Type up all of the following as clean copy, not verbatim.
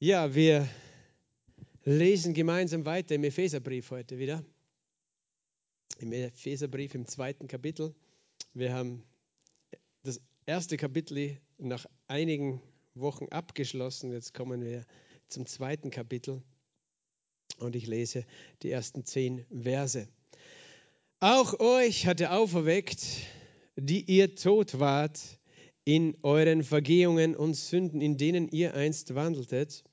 Ja, wir lesen gemeinsam weiter im Epheserbrief heute wieder. Im Epheserbrief im 2. Kapitel. Wir haben das erste Kapitel nach einigen Wochen abgeschlossen. Jetzt kommen wir zum 2. Kapitel und ich lese die ersten 10 Verse. Auch euch hat er auferweckt, die ihr tot wart in euren Vergehungen und Sünden, in denen ihr einst wandeltet,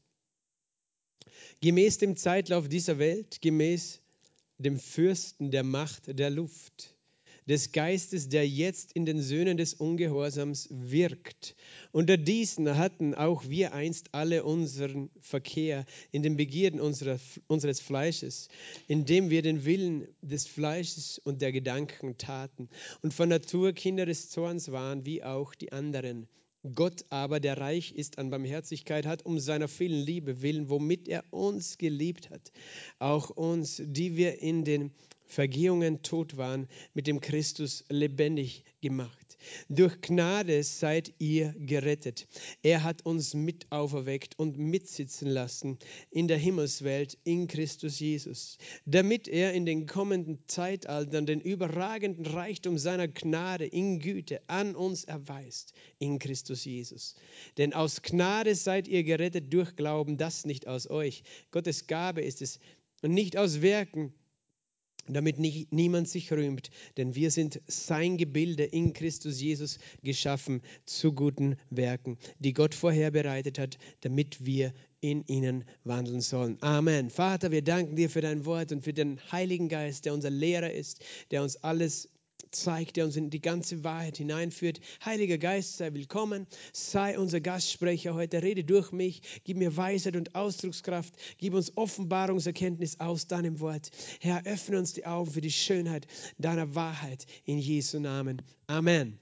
gemäß dem Zeitlauf dieser Welt, gemäß dem Fürsten der Macht der Luft, des Geistes, der jetzt in den Söhnen des Ungehorsams wirkt. Unter diesen hatten auch wir einst alle unseren Verkehr in den Begierden unseres Fleisches, indem wir den Willen des Fleisches und der Gedanken taten und von Natur Kinder des Zorns waren, wie auch die anderen. Gott aber, der reich ist an Barmherzigkeit, hat um seiner vielen Liebe willen, womit er uns geliebt hat, auch uns, die wir in den Vergehungen tot waren, mit dem Christus lebendig gemacht. Durch Gnade seid ihr gerettet. Er hat uns mit auferweckt und mitsitzen lassen in der Himmelswelt in Christus Jesus, damit er in den kommenden Zeitaltern den überragenden Reichtum seiner Gnade in Güte an uns erweist in Christus Jesus. Denn aus Gnade seid ihr gerettet durch Glauben, das nicht aus euch. Gottes Gabe ist es und nicht aus Werken, damit niemand sich rühmt, denn wir sind sein Gebilde in Christus Jesus geschaffen zu guten Werken, die Gott vorherbereitet hat, damit wir in ihnen wandeln sollen. Amen. Vater, wir danken dir für dein Wort und für den Heiligen Geist, der unser Lehrer ist, der uns alles zeigt, der uns in die ganze Wahrheit hineinführt. Heiliger Geist, sei willkommen, sei unser Gastsprecher heute, rede durch mich, gib mir Weisheit und Ausdruckskraft, gib uns Offenbarungserkenntnis aus deinem Wort. Herr, öffne uns die Augen für die Schönheit deiner Wahrheit in Jesu Namen. Amen.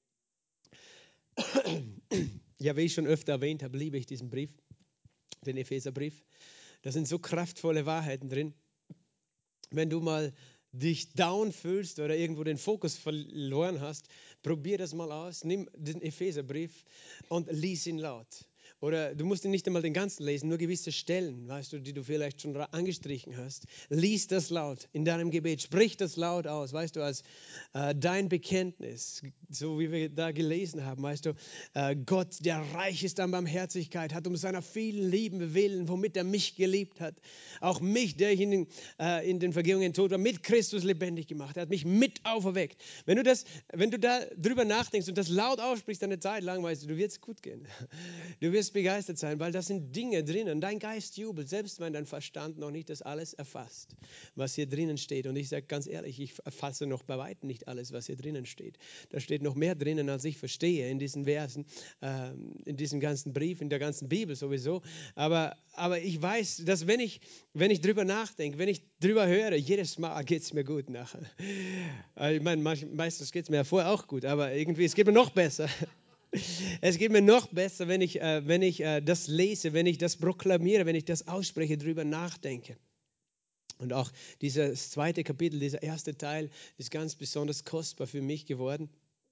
Ja, wie ich schon öfter erwähnt habe, liebe ich diesen Brief, den Epheserbrief. Da sind so kraftvolle Wahrheiten drin. Wenn du mal dich down fühlst oder irgendwo den Fokus verloren hast, probier das mal aus. Nimm den Epheserbrief und lies ihn laut. Oder du musst ihn nicht einmal den ganzen lesen, nur gewisse Stellen, weißt du, die du vielleicht schon angestrichen hast. Lies das laut in deinem Gebet, sprich das laut aus, weißt du, als dein Bekenntnis, so wie wir da gelesen haben, weißt du, Gott, der reich ist an Barmherzigkeit, hat um seiner vielen Lieben willen, womit er mich geliebt hat, auch mich, der ich in den Vergehungen tot war, mit Christus lebendig gemacht. Er hat mich mit auferweckt. Wenn du da drüber nachdenkst und das laut aussprichst eine Zeit lang, weißt du, du wirst gut gehen. Du wirst begeistert sein, weil da sind Dinge drinnen. Dein Geist jubelt, selbst wenn dein Verstand noch nicht das alles erfasst, was hier drinnen steht. Und ich sage ganz ehrlich, ich erfasse noch bei weitem nicht alles, was hier drinnen steht. Da steht noch mehr drinnen, als ich verstehe in diesen Versen, in diesem ganzen Brief, in der ganzen Bibel sowieso. Aber ich weiß, dass wenn ich drüber nachdenke, wenn ich drüber höre, jedes Mal geht es mir gut nachher. Ich meine, meistens geht es mir ja vorher auch gut, aber irgendwie, es geht mir noch besser. Es geht mir noch besser, wenn ich das lese, wenn ich das proklamiere, wenn ich das ausspreche, drüber nachdenke. Und auch dieses 2. Kapitel, dieser erste Teil ist ganz besonders kostbar für mich geworden.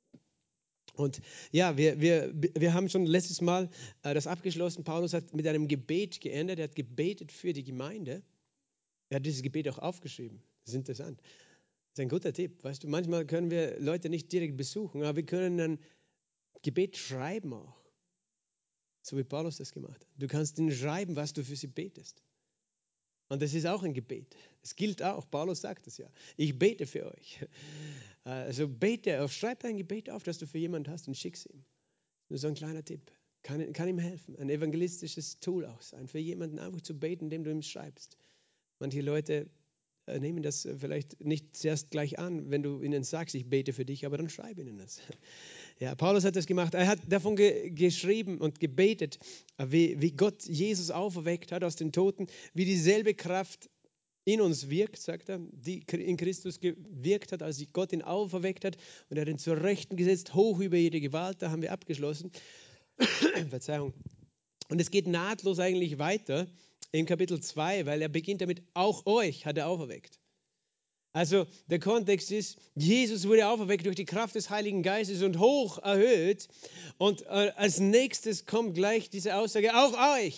Und ja, wir haben schon letztes Mal das abgeschlossen. Paulus hat mit einem Gebet geendet. Er hat gebetet für die Gemeinde. Er hat dieses Gebet auch aufgeschrieben. Das ist interessant. Das ist ein guter Tipp. Weißt du, manchmal können wir Leute nicht direkt besuchen, aber wir können dann Gebet schreiben auch. So wie Paulus das gemacht hat. Du kannst ihnen schreiben, was du für sie betest. Und das ist auch ein Gebet. Es gilt auch. Paulus sagt es ja. Ich bete für euch. Also schreib ein Gebet auf, das du für jemanden hast und schick's ihm. Nur so ein kleiner Tipp. Kann ihm helfen. Ein evangelistisches Tool auch sein. Für jemanden einfach zu beten, indem du ihm schreibst. Manche Leute nehmen das vielleicht nicht zuerst gleich an, wenn du ihnen sagst, ich bete für dich, aber dann schreib ihnen das. Ja, Paulus hat das gemacht. Er hat davon geschrieben und gebetet, wie Gott Jesus auferweckt hat aus den Toten, wie dieselbe Kraft in uns wirkt, sagt er, die in Christus gewirkt hat, als Gott ihn auferweckt hat und er hat ihn zur Rechten gesetzt, hoch über jede Gewalt. Da haben wir abgeschlossen. Verzeihung. Und es geht nahtlos eigentlich weiter im Kapitel 2, weil er beginnt damit, auch euch hat er auferweckt. Also der Kontext ist, Jesus wurde auferweckt durch die Kraft des Heiligen Geistes und hoch erhöht. Und als nächstes kommt gleich diese Aussage, auch euch.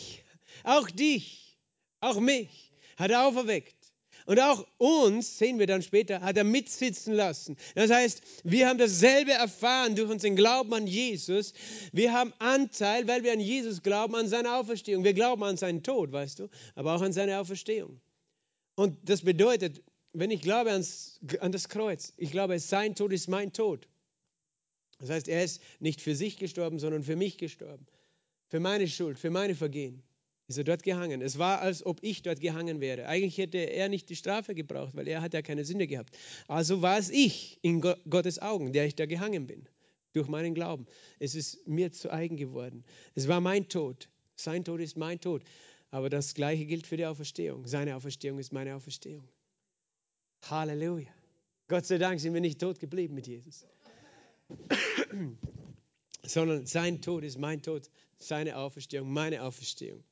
Auch dich, auch mich hat er auferweckt. Und auch uns, sehen wir dann später, hat er mitsitzen lassen. Das heißt, wir haben dasselbe erfahren durch unseren Glauben an Jesus. Wir haben Anteil, weil wir an Jesus glauben, an seine Auferstehung. Wir glauben an seinen Tod, weißt du, aber auch an seine Auferstehung. Und das bedeutet, wenn ich glaube an das Kreuz, ich glaube, sein Tod ist mein Tod. Das heißt, er ist nicht für sich gestorben, sondern für mich gestorben. Für meine Schuld, für meine Vergehen ist er dort gehangen. Es war, als ob ich dort gehangen wäre. Eigentlich hätte er nicht die Strafe gebraucht, weil er hat ja keine Sünde gehabt. Also war es ich in Gottes Augen, der ich da gehangen bin, durch meinen Glauben. Es ist mir zu eigen geworden. Es war mein Tod. Sein Tod ist mein Tod. Aber das Gleiche gilt für die Auferstehung. Seine Auferstehung ist meine Auferstehung. Halleluja. Gott sei Dank sind wir nicht tot geblieben mit Jesus, sondern sein Tod ist mein Tod, seine Auferstehung, meine Auferstehung.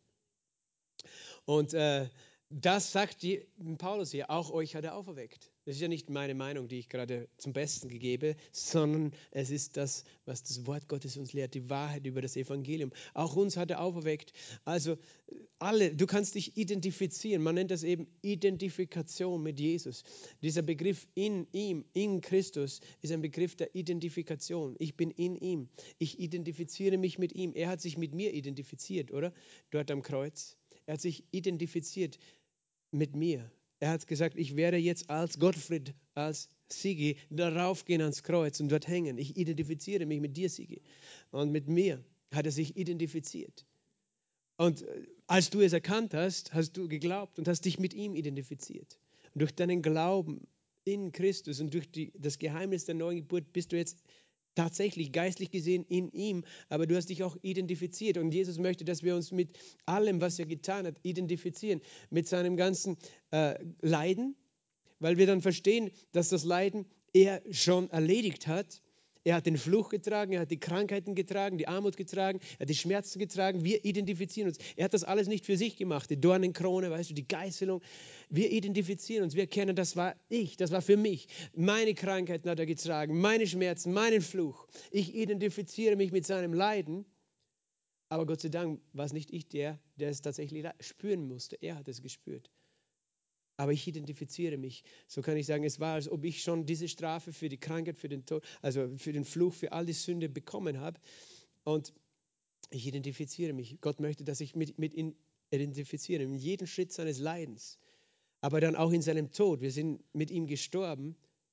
Und das sagt Paulus hier, auch euch hat er auferweckt. Das ist ja nicht meine Meinung, die ich gerade zum Besten gebe, sondern es ist das, was das Wort Gottes uns lehrt, die Wahrheit über das Evangelium. Auch uns hat er auferweckt. Also du kannst dich identifizieren. Man nennt das eben Identifikation mit Jesus. Dieser Begriff in ihm, in Christus, ist ein Begriff der Identifikation. Ich bin in ihm. Ich identifiziere mich mit ihm. Er hat sich mit mir identifiziert, oder? Dort am Kreuz. Er hat sich identifiziert mit mir. Er hat gesagt, ich werde jetzt als Gottfried, als Sigi darauf gehen ans Kreuz und dort hängen. Ich identifiziere mich mit dir, Sigi. Und mit mir hat er sich identifiziert. Und als du es erkannt hast, hast du geglaubt und hast dich mit ihm identifiziert. Und durch deinen Glauben in Christus und durch das Geheimnis der neuen Geburt bist du jetzt tatsächlich geistlich gesehen in ihm, aber du hast dich auch identifiziert. Und Jesus möchte, dass wir uns mit allem, was er getan hat, identifizieren. Mit seinem ganzen Leiden, weil wir dann verstehen, dass das Leiden er schon erledigt hat. Er hat den Fluch getragen, er hat die Krankheiten getragen, die Armut getragen, er hat die Schmerzen getragen. Wir identifizieren uns. Er hat das alles nicht für sich gemacht, die Dornenkrone, weißt du, die Geißelung. Wir identifizieren uns, wir erkennen, das war ich, das war für mich. Meine Krankheiten hat er getragen, meine Schmerzen, meinen Fluch. Ich identifiziere mich mit seinem Leiden. Aber Gott sei Dank war es nicht ich, der es tatsächlich spüren musste. Er hat es gespürt. Aber ich identifiziere mich. So kann ich sagen, es war, als ob ich schon diese Strafe für die Krankheit, für den Tod, also für den Fluch, für all die Sünde bekommen habe. Und ich identifiziere mich. Gott möchte, dass ich mit ihm identifiziere, in jedem Schritt seines Leidens. Aber dann auch in seinem Tod. Wir sind mit ihm gestorben.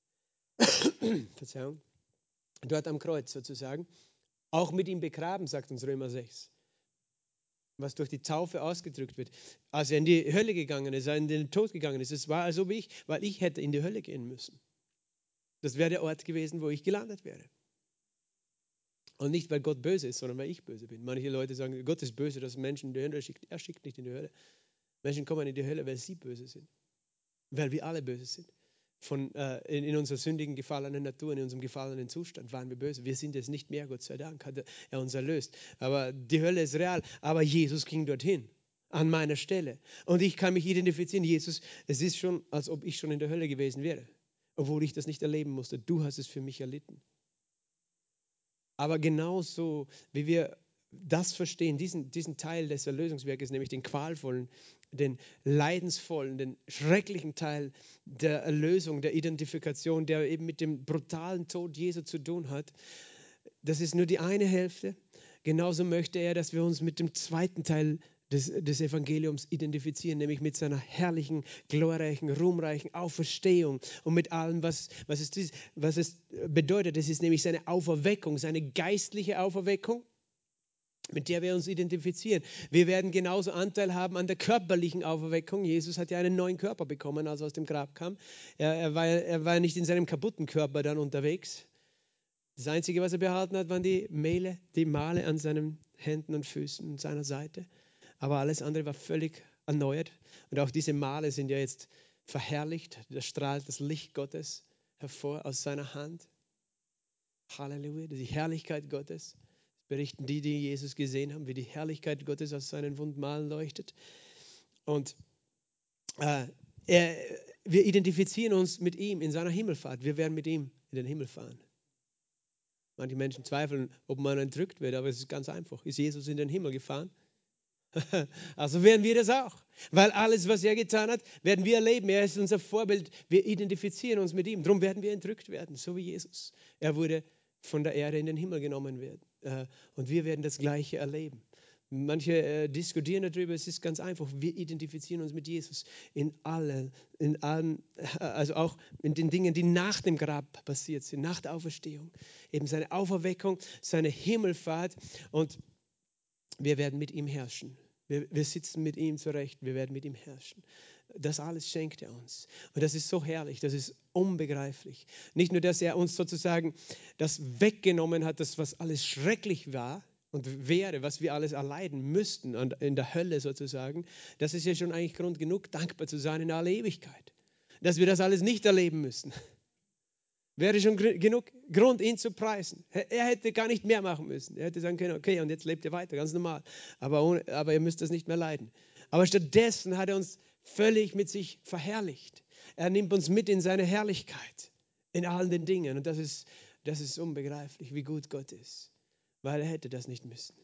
Verzeihung. Dort am Kreuz sozusagen. Auch mit ihm begraben, sagt uns Römer 6. Was durch die Taufe ausgedrückt wird. Als er in die Hölle gegangen ist, er in den Tod gegangen ist, es war, als ob weil ich hätte in die Hölle gehen müssen. Das wäre der Ort gewesen, wo ich gelandet wäre. Und nicht, weil Gott böse ist, sondern weil ich böse bin. Manche Leute sagen, Gott ist böse, dass Menschen in die Hölle schickt. Er schickt nicht in die Hölle. Menschen kommen in die Hölle, weil sie böse sind. Weil wir alle böse sind. In unserer sündigen, gefallenen Natur, in unserem gefallenen Zustand waren wir böse. Wir sind es nicht mehr, Gott sei Dank, hat er uns erlöst. Aber die Hölle ist real. Aber Jesus ging dorthin, an meiner Stelle. Und ich kann mich identifizieren, Jesus, es ist schon, als ob ich schon in der Hölle gewesen wäre. Obwohl ich das nicht erleben musste. Du hast es für mich erlitten. Aber genauso, wie wir das verstehen, diesen Teil des Erlösungswerkes, nämlich den qualvollen, den leidensvollen, den schrecklichen Teil der Erlösung, der Identifikation, der eben mit dem brutalen Tod Jesu zu tun hat, das ist nur die eine Hälfte. Genauso möchte er, dass wir uns mit dem zweiten Teil des Evangeliums identifizieren, nämlich mit seiner herrlichen, glorreichen, ruhmreichen Auferstehung und mit allem, was es bedeutet. Es ist nämlich seine Auferweckung, seine geistliche Auferweckung, mit der wir uns identifizieren. Wir werden genauso Anteil haben an der körperlichen Auferweckung. Jesus hat ja einen neuen Körper bekommen, als er aus dem Grab kam. Er war nicht in seinem kaputten Körper dann unterwegs. Das Einzige, was er behalten hat, waren die Male an seinen Händen und Füßen und seiner Seite. Aber alles andere war völlig erneuert. Und auch diese Male sind ja jetzt verherrlicht. Da strahlt das Licht Gottes hervor aus seiner Hand. Halleluja, die Herrlichkeit Gottes. Berichten die Jesus gesehen haben, wie die Herrlichkeit Gottes aus seinen Wundmalen leuchtet. Und wir identifizieren uns mit ihm in seiner Himmelfahrt. Wir werden mit ihm in den Himmel fahren. Manche Menschen zweifeln, ob man entrückt wird, aber es ist ganz einfach. Ist Jesus in den Himmel gefahren? Also werden wir das auch. Weil alles, was er getan hat, werden wir erleben. Er ist unser Vorbild. Wir identifizieren uns mit ihm. Darum werden wir entrückt werden, so wie Jesus. Er wurde von der Erde in den Himmel genommen werden. Und wir werden das Gleiche erleben. Manche diskutieren darüber, es ist ganz einfach. Wir identifizieren uns mit Jesus in allen, also auch in den Dingen, die nach dem Grab passiert sind, nach der Auferstehung. Eben seine Auferweckung, seine Himmelfahrt und wir werden mit ihm herrschen. Wir sitzen mit ihm zurecht, wir werden mit ihm herrschen. Das alles schenkt er uns. Und das ist so herrlich, das ist unbegreiflich. Nicht nur, dass er uns sozusagen das weggenommen hat, das was alles schrecklich war und wäre, was wir alles erleiden müssten in der Hölle sozusagen. Das ist ja schon eigentlich Grund genug, dankbar zu sein in aller Ewigkeit. Dass wir das alles nicht erleben müssen. Wäre schon genug Grund, ihn zu preisen. Er hätte gar nicht mehr machen müssen. Er hätte sagen können, okay, und jetzt lebt ihr weiter, ganz normal. Aber ihr müsst das nicht mehr leiden. Aber stattdessen hat er uns völlig mit sich verherrlicht. Er nimmt uns mit in seine Herrlichkeit, in allen den Dingen. Und das ist unbegreiflich, wie gut Gott ist. Weil er hätte das nicht müssen.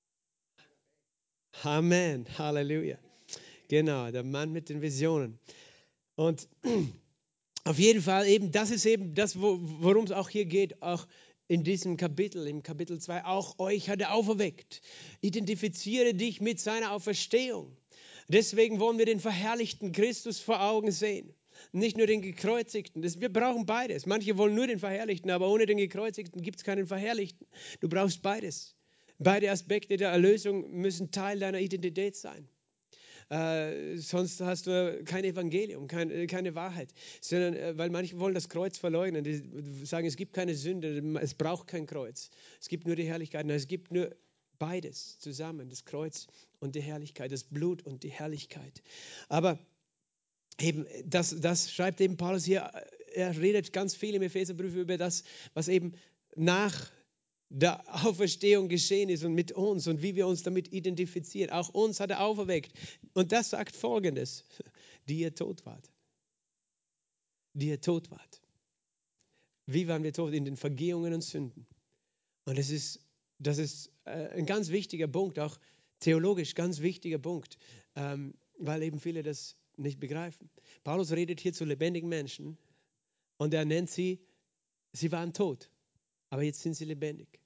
Amen, Halleluja. Genau, der Mann mit den Visionen. Und auf jeden Fall eben, das ist eben das, worum es auch hier geht, auch in diesem Kapitel, im Kapitel 2, auch euch hat er auferweckt. Identifiziere dich mit seiner Auferstehung. Deswegen wollen wir den verherrlichten Christus vor Augen sehen. Nicht nur den Gekreuzigten. Wir brauchen beides. Manche wollen nur den Verherrlichten, aber ohne den Gekreuzigten gibt es keinen Verherrlichten. Du brauchst beides. Beide Aspekte der Erlösung müssen Teil deiner Identität sein. Sonst hast du kein Evangelium, keine Wahrheit. Sondern, weil manche wollen das Kreuz verleugnen. Die sagen, es gibt keine Sünde, es braucht kein Kreuz. Es gibt nur die Herrlichkeit. Nein, es gibt nur beides zusammen, das Kreuz und die Herrlichkeit, das Blut und die Herrlichkeit. Aber eben, das schreibt eben Paulus hier, er redet ganz viel im Epheserbrief über das, was eben nach der Auferstehung geschehen ist und mit uns und wie wir uns damit identifizieren. Auch uns hat er auferweckt. Und das sagt Folgendes, die ihr tot wart. Die ihr tot wart. Wie waren wir tot? In den Vergehungen und Sünden. Und das ist ein ganz wichtiger Punkt, auch theologisch ganz wichtiger Punkt, weil eben viele das nicht begreifen. Paulus redet hier zu lebendigen Menschen und er nennt sie waren tot, aber jetzt sind sie lebendig.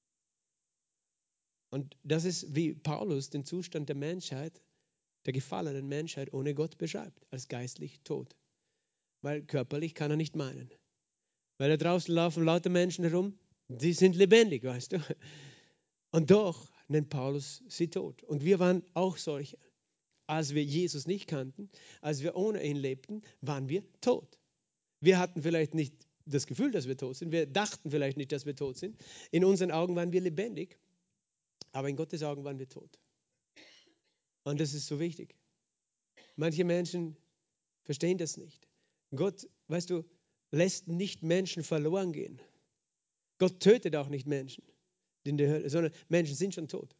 Und das ist, wie Paulus den Zustand der Menschheit, der gefallenen Menschheit ohne Gott beschreibt, als geistlich tot. Weil körperlich kann er nicht meinen. Weil da draußen laufen lauter Menschen herum, die sind lebendig, weißt du. Und doch nennt Paulus sie tot. Und wir waren auch solche. Als wir Jesus nicht kannten, als wir ohne ihn lebten, waren wir tot. Wir hatten vielleicht nicht das Gefühl, dass wir tot sind. Wir dachten vielleicht nicht, dass wir tot sind. In unseren Augen waren wir lebendig. Aber in Gottes Augen waren wir tot. Und das ist so wichtig. Manche Menschen verstehen das nicht. Gott, weißt du, lässt nicht Menschen verloren gehen. Gott tötet auch nicht Menschen in der Hölle, sondern Menschen sind schon tot.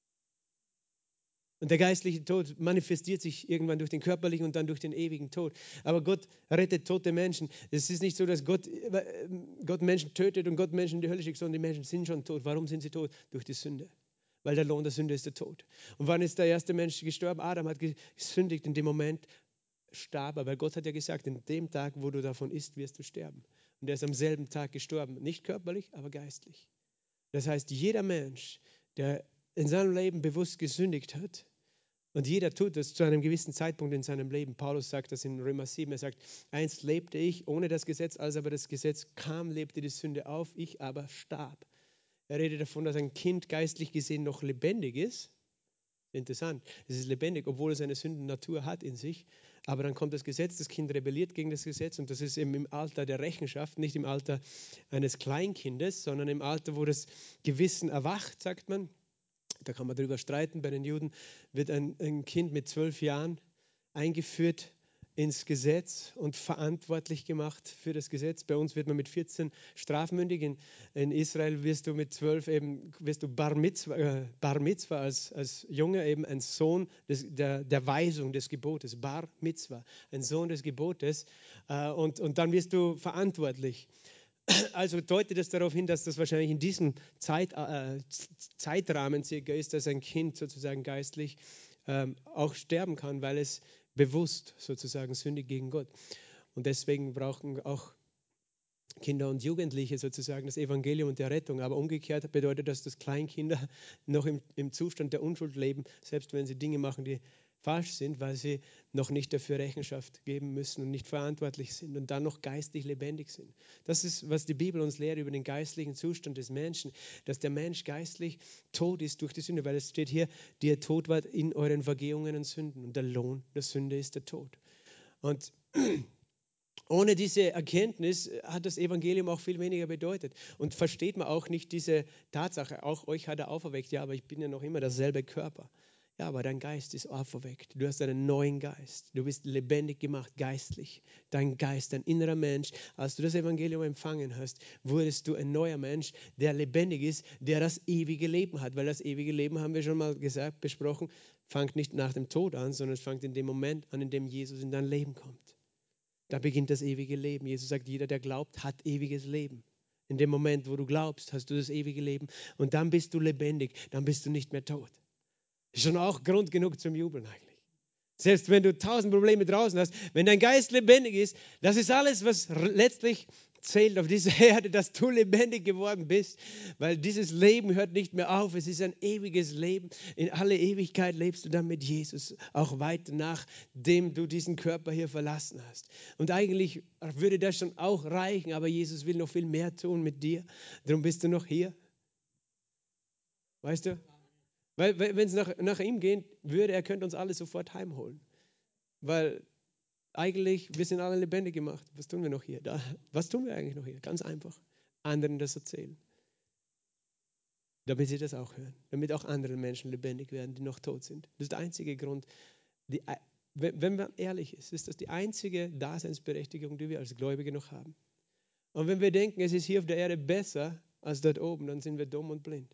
Und der geistliche Tod manifestiert sich irgendwann durch den körperlichen und dann durch den ewigen Tod. Aber Gott rettet tote Menschen. Es ist nicht so, dass Gott Menschen tötet und Gott Menschen in die Hölle schickt, sondern die Menschen sind schon tot. Warum sind sie tot? Durch die Sünde. Weil der Lohn der Sünde ist der Tod. Und wann ist der erste Mensch gestorben? Adam hat gesündigt. In dem Moment starb er, weil Gott hat ja gesagt, in dem Tag, wo du davon isst, wirst du sterben. Und er ist am selben Tag gestorben. Nicht körperlich, aber geistlich. Das heißt, jeder Mensch, der in seinem Leben bewusst gesündigt hat, und jeder tut das zu einem gewissen Zeitpunkt in seinem Leben. Paulus sagt das in Römer 7. Er sagt, einst lebte ich ohne das Gesetz, als aber das Gesetz kam, lebte die Sünde auf, ich aber starb. Er redet davon, dass ein Kind geistlich gesehen noch lebendig ist. Interessant, es ist lebendig, obwohl es eine Sündennatur hat in sich. Aber dann kommt das Gesetz, das Kind rebelliert gegen das Gesetz und das ist eben im Alter der Rechenschaft, nicht im Alter eines Kleinkindes, sondern im Alter, wo das Gewissen erwacht, sagt man. Da kann man darüber streiten. Bei den Juden wird ein Kind mit 12 Jahren eingeführt ins Gesetz und verantwortlich gemacht für das Gesetz. Bei uns wird man mit 14 strafmündig. In Israel wirst du mit 12 eben Bar Mitzvah als Junge, eben ein Sohn der Weisung des Gebotes. Bar Mitzvah, ein Sohn des Gebotes. Und dann wirst du verantwortlich. Also deutet es darauf hin, dass das wahrscheinlich in diesem Zeitrahmen circa ist, dass ein Kind sozusagen geistlich auch sterben kann, weil es bewusst sozusagen sündigt gegen Gott. Und deswegen brauchen auch Kinder und Jugendliche sozusagen das Evangelium und die Rettung. Aber umgekehrt bedeutet das, dass Kleinkinder noch im Zustand der Unschuld leben, selbst wenn sie Dinge machen, die falsch sind, weil sie noch nicht dafür Rechenschaft geben müssen und nicht verantwortlich sind und dann noch geistlich lebendig sind. Das ist, was die Bibel uns lehrt über den geistlichen Zustand des Menschen, dass der Mensch geistlich tot ist durch die Sünde, weil es steht hier, die ihr tot wart in euren Vergehungen und Sünden und der Lohn der Sünde ist der Tod. Und ohne diese Erkenntnis hat das Evangelium auch viel weniger bedeutet. Und versteht man auch nicht diese Tatsache, auch euch hat er auferweckt, ja, aber ich bin ja noch immer derselbe Körper. Ja, aber dein Geist ist auferweckt. Du hast einen neuen Geist. Du bist lebendig gemacht, geistlich. Dein Geist, dein innerer Mensch, als du das Evangelium empfangen hast, wurdest du ein neuer Mensch, der lebendig ist, der das ewige Leben hat. Weil das ewige Leben, haben wir schon mal gesagt, besprochen, fängt nicht nach dem Tod an, sondern es fängt in dem Moment an, in dem Jesus in dein Leben kommt. Da beginnt das ewige Leben. Jesus sagt, jeder, der glaubt, hat ewiges Leben. In dem Moment, wo du glaubst, hast du das ewige Leben und dann bist du lebendig, dann bist du nicht mehr tot. Ist schon auch Grund genug zum Jubeln eigentlich. Selbst wenn du 1000 Probleme draußen hast, wenn dein Geist lebendig ist, das ist alles, was letztlich zählt auf dieser Erde, dass du lebendig geworden bist, weil dieses Leben hört nicht mehr auf. Es ist ein ewiges Leben. In alle Ewigkeit lebst du dann mit Jesus, auch weit nachdem du diesen Körper hier verlassen hast. Und eigentlich würde das schon auch reichen, aber Jesus will noch viel mehr tun mit dir. Darum bist du noch hier. Weißt du? Weil wenn es nach ihm gehen würde, er könnte uns alle sofort heimholen. Weil eigentlich, wir sind alle lebendig gemacht. Was tun wir noch hier? Was tun wir eigentlich noch hier? Ganz einfach. Anderen das erzählen. Damit sie das auch hören. Damit auch andere Menschen lebendig werden, die noch tot sind. Das ist der einzige Grund. Wenn man ehrlich ist das die einzige Daseinsberechtigung, die wir als Gläubige noch haben. Und wenn wir denken, es ist hier auf der Erde besser als dort oben, dann sind wir dumm und blind.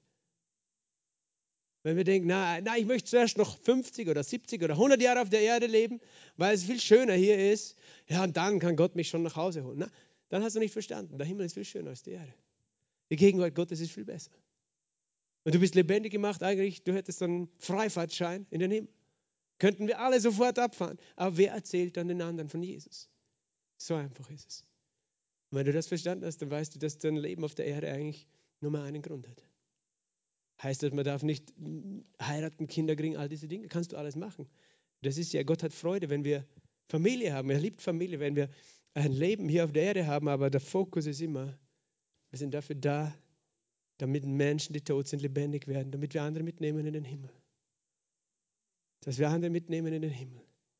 Wenn wir denken, na, ich möchte zuerst noch 50 oder 70 oder 100 Jahre auf der Erde leben, weil es viel schöner hier ist, ja, und dann kann Gott mich schon nach Hause holen. Na, dann hast du nicht verstanden. Der Himmel ist viel schöner als die Erde. Die Gegenwart Gottes ist viel besser. Und du bist lebendig gemacht, eigentlich, du hättest dann einen Freifahrtschein in den Himmel. Könnten wir alle sofort abfahren. Aber wer erzählt dann den anderen von Jesus? So einfach ist es. Und wenn du das verstanden hast, dann weißt du, dass dein Leben auf der Erde eigentlich nur mal einen Grund hat. Heißt das, man darf nicht heiraten, Kinder kriegen, all diese Dinge. Kannst du alles machen. Das ist ja, Gott hat Freude, wenn wir Familie haben. Er liebt Familie, wenn wir ein Leben hier auf der Erde haben. Aber der Fokus ist immer, wir sind dafür da, damit Menschen, die tot sind, lebendig werden. Damit wir andere mitnehmen in den Himmel. Dass wir andere mitnehmen in den Himmel.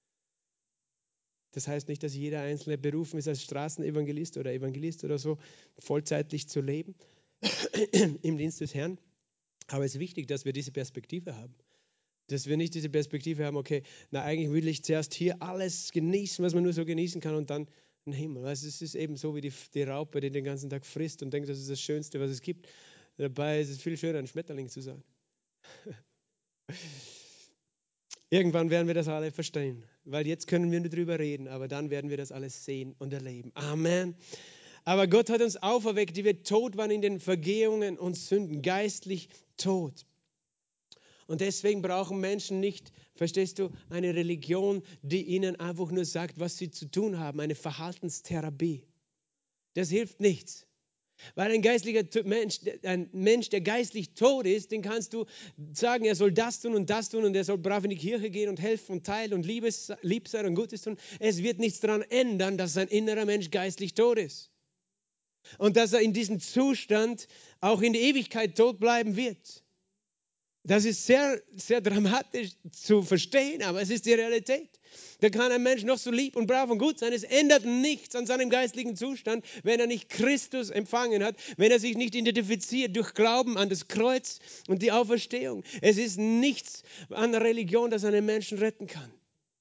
Das heißt nicht, dass jeder Einzelne berufen ist, als Straßenevangelist oder Evangelist oder so, vollzeitlich zu leben im Dienst des Herrn. Aber es ist wichtig, dass wir diese Perspektive haben. Dass wir nicht diese Perspektive haben, okay, na eigentlich will ich zuerst hier alles genießen, was man nur so genießen kann und dann den Himmel. Also es ist eben so wie die Raupe, die den ganzen Tag frisst und denkt, das ist das Schönste, was es gibt. Dabei ist es viel schöner, ein Schmetterling zu sein. Irgendwann werden wir das alle verstehen, weil jetzt können wir nur drüber reden, aber dann werden wir das alles sehen und erleben. Amen. Aber Gott hat uns auferweckt, die wir tot waren in den Vergehungen und Sünden, geistlich tot. Und deswegen brauchen Menschen nicht, verstehst du, eine Religion, die ihnen einfach nur sagt, was sie zu tun haben, eine Verhaltenstherapie. Das hilft nichts. Weil ein Mensch, der geistlich tot ist, den kannst du sagen, er soll das tun und er soll brav in die Kirche gehen und helfen und teilen und lieb sein und Gutes tun. Es wird nichts daran ändern, dass sein innerer Mensch geistlich tot ist. Und dass er in diesem Zustand auch in die Ewigkeit tot bleiben wird. Das ist sehr, sehr dramatisch zu verstehen, aber es ist die Realität. Da kann ein Mensch noch so lieb und brav und gut sein. Es ändert nichts an seinem geistlichen Zustand, wenn er nicht Christus empfangen hat, wenn er sich nicht identifiziert durch Glauben an das Kreuz und die Auferstehung. Es ist nichts an der Religion, das einen Menschen retten kann.